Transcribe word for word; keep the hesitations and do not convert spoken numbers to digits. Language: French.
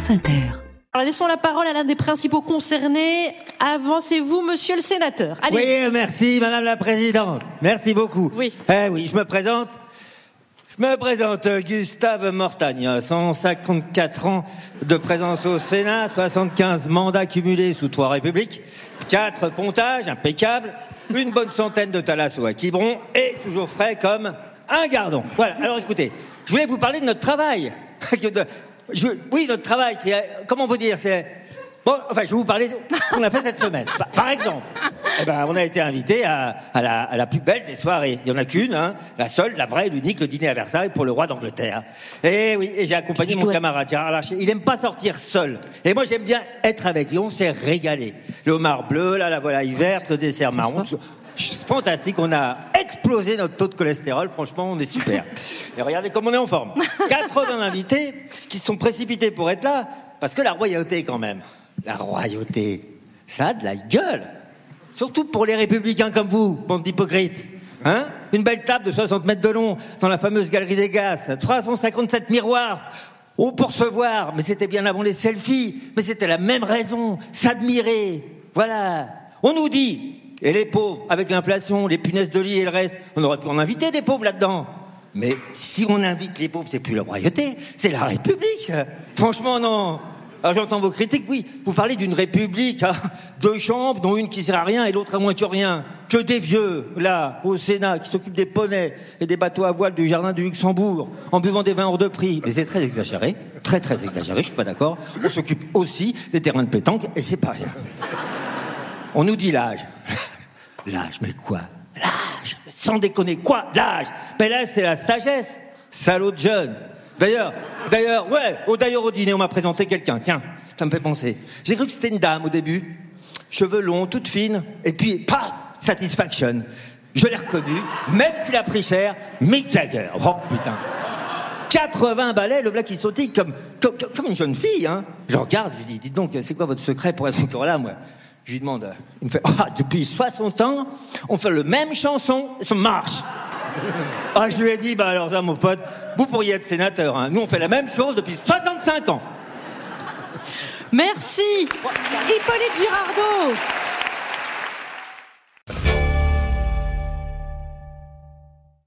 France Inter. Alors laissons la parole à l'un des principaux concernés. Avancez-vous, monsieur le sénateur. Allez. Oui, merci, madame la présidente. Merci beaucoup. Oui. Eh oui, je me présente. Je me présente Gustave Mortagne, cent cinquante-quatre ans de présence au Sénat, soixante-quinze mandats cumulés sous trois républiques, quatre pontages impeccables, une bonne centaine de thalassos à Quiberon et toujours frais comme un gardon. Voilà, alors écoutez, je voulais vous parler de notre travail. Je, oui, notre travail, qui est, comment vous dire, c'est... Bon, enfin, je vais vous parler de ce qu'on a fait cette semaine. Par, par exemple, eh ben, on a été invité à, à, la, à la plus belle des soirées. Il n'y en a qu'une, hein, la seule, la vraie, l'unique, le dîner à Versailles pour le roi d'Angleterre. Et oui, et j'ai accompagné je mon dois... camarade Gérard Larcher. Il n'aime pas sortir seul. Et moi, j'aime bien être avec lui. On s'est régalé. Le homard bleu, là, la volaille verte, le dessert marron. C'est fantastique. On a explosé notre taux de cholestérol. Franchement, on est super. Et regardez comme on est en forme. quatre-vingts invités qui se sont précipités pour être là, parce que la royauté, quand même. La royauté, ça a de la gueule. Surtout pour les républicains comme vous, bande d'hypocrites. Hein ? Une belle table de soixante mètres de long dans la fameuse galerie des Gasses, trois cent cinquante-sept miroirs. Oh, pour se voir, mais c'était bien avant les selfies. Mais c'était la même raison, s'admirer. Voilà. On nous dit, et les pauvres, avec l'inflation, les punaises de lit et le reste, on aurait pu en inviter des pauvres là-dedans. Mais si on invite les pauvres, c'est plus la royauté, c'est la République. Franchement, non. Alors j'entends vos critiques, oui. Vous parlez d'une république, hein, deux chambres, dont une qui sert à rien et l'autre à moins que rien. Que des vieux, là, au Sénat, qui s'occupent des poneys et des bateaux à voile du jardin du Luxembourg, en buvant des vins hors de prix. Mais c'est très exagéré, très très exagéré, je suis pas d'accord. On s'occupe aussi des terrains de pétanque et c'est pas rien. On nous dit l'âge. L'âge, mais quoi ? L'âge, sans déconner, quoi ? L'âge ? Mais l'âge, c'est la sagesse. Salaud de jeune. D'ailleurs, d'ailleurs, ouais, au, d'ailleurs au dîner, on m'a présenté quelqu'un. Tiens, ça me fait penser. J'ai cru que c'était une dame au début. Cheveux longs, toute fine. Et puis, paf, satisfaction. Je l'ai reconnue, même s'il a pris cher, Mick Jagger. Oh, putain. quatre-vingts balais, le voilà qui sautille comme, comme, comme une jeune fille, hein. Je regarde, je lui dis, dites donc, c'est quoi votre secret pour être encore là, moi ? Je lui demande, il me fait, ah, oh, depuis soixante ans, on fait le même chanson, et ça marche. Ah, je lui ai dit, bah alors ça, mon pote, vous pourriez être sénateur, hein. Nous, on fait la même chose depuis soixante-cinq ans. Merci, Hippolyte Girardot.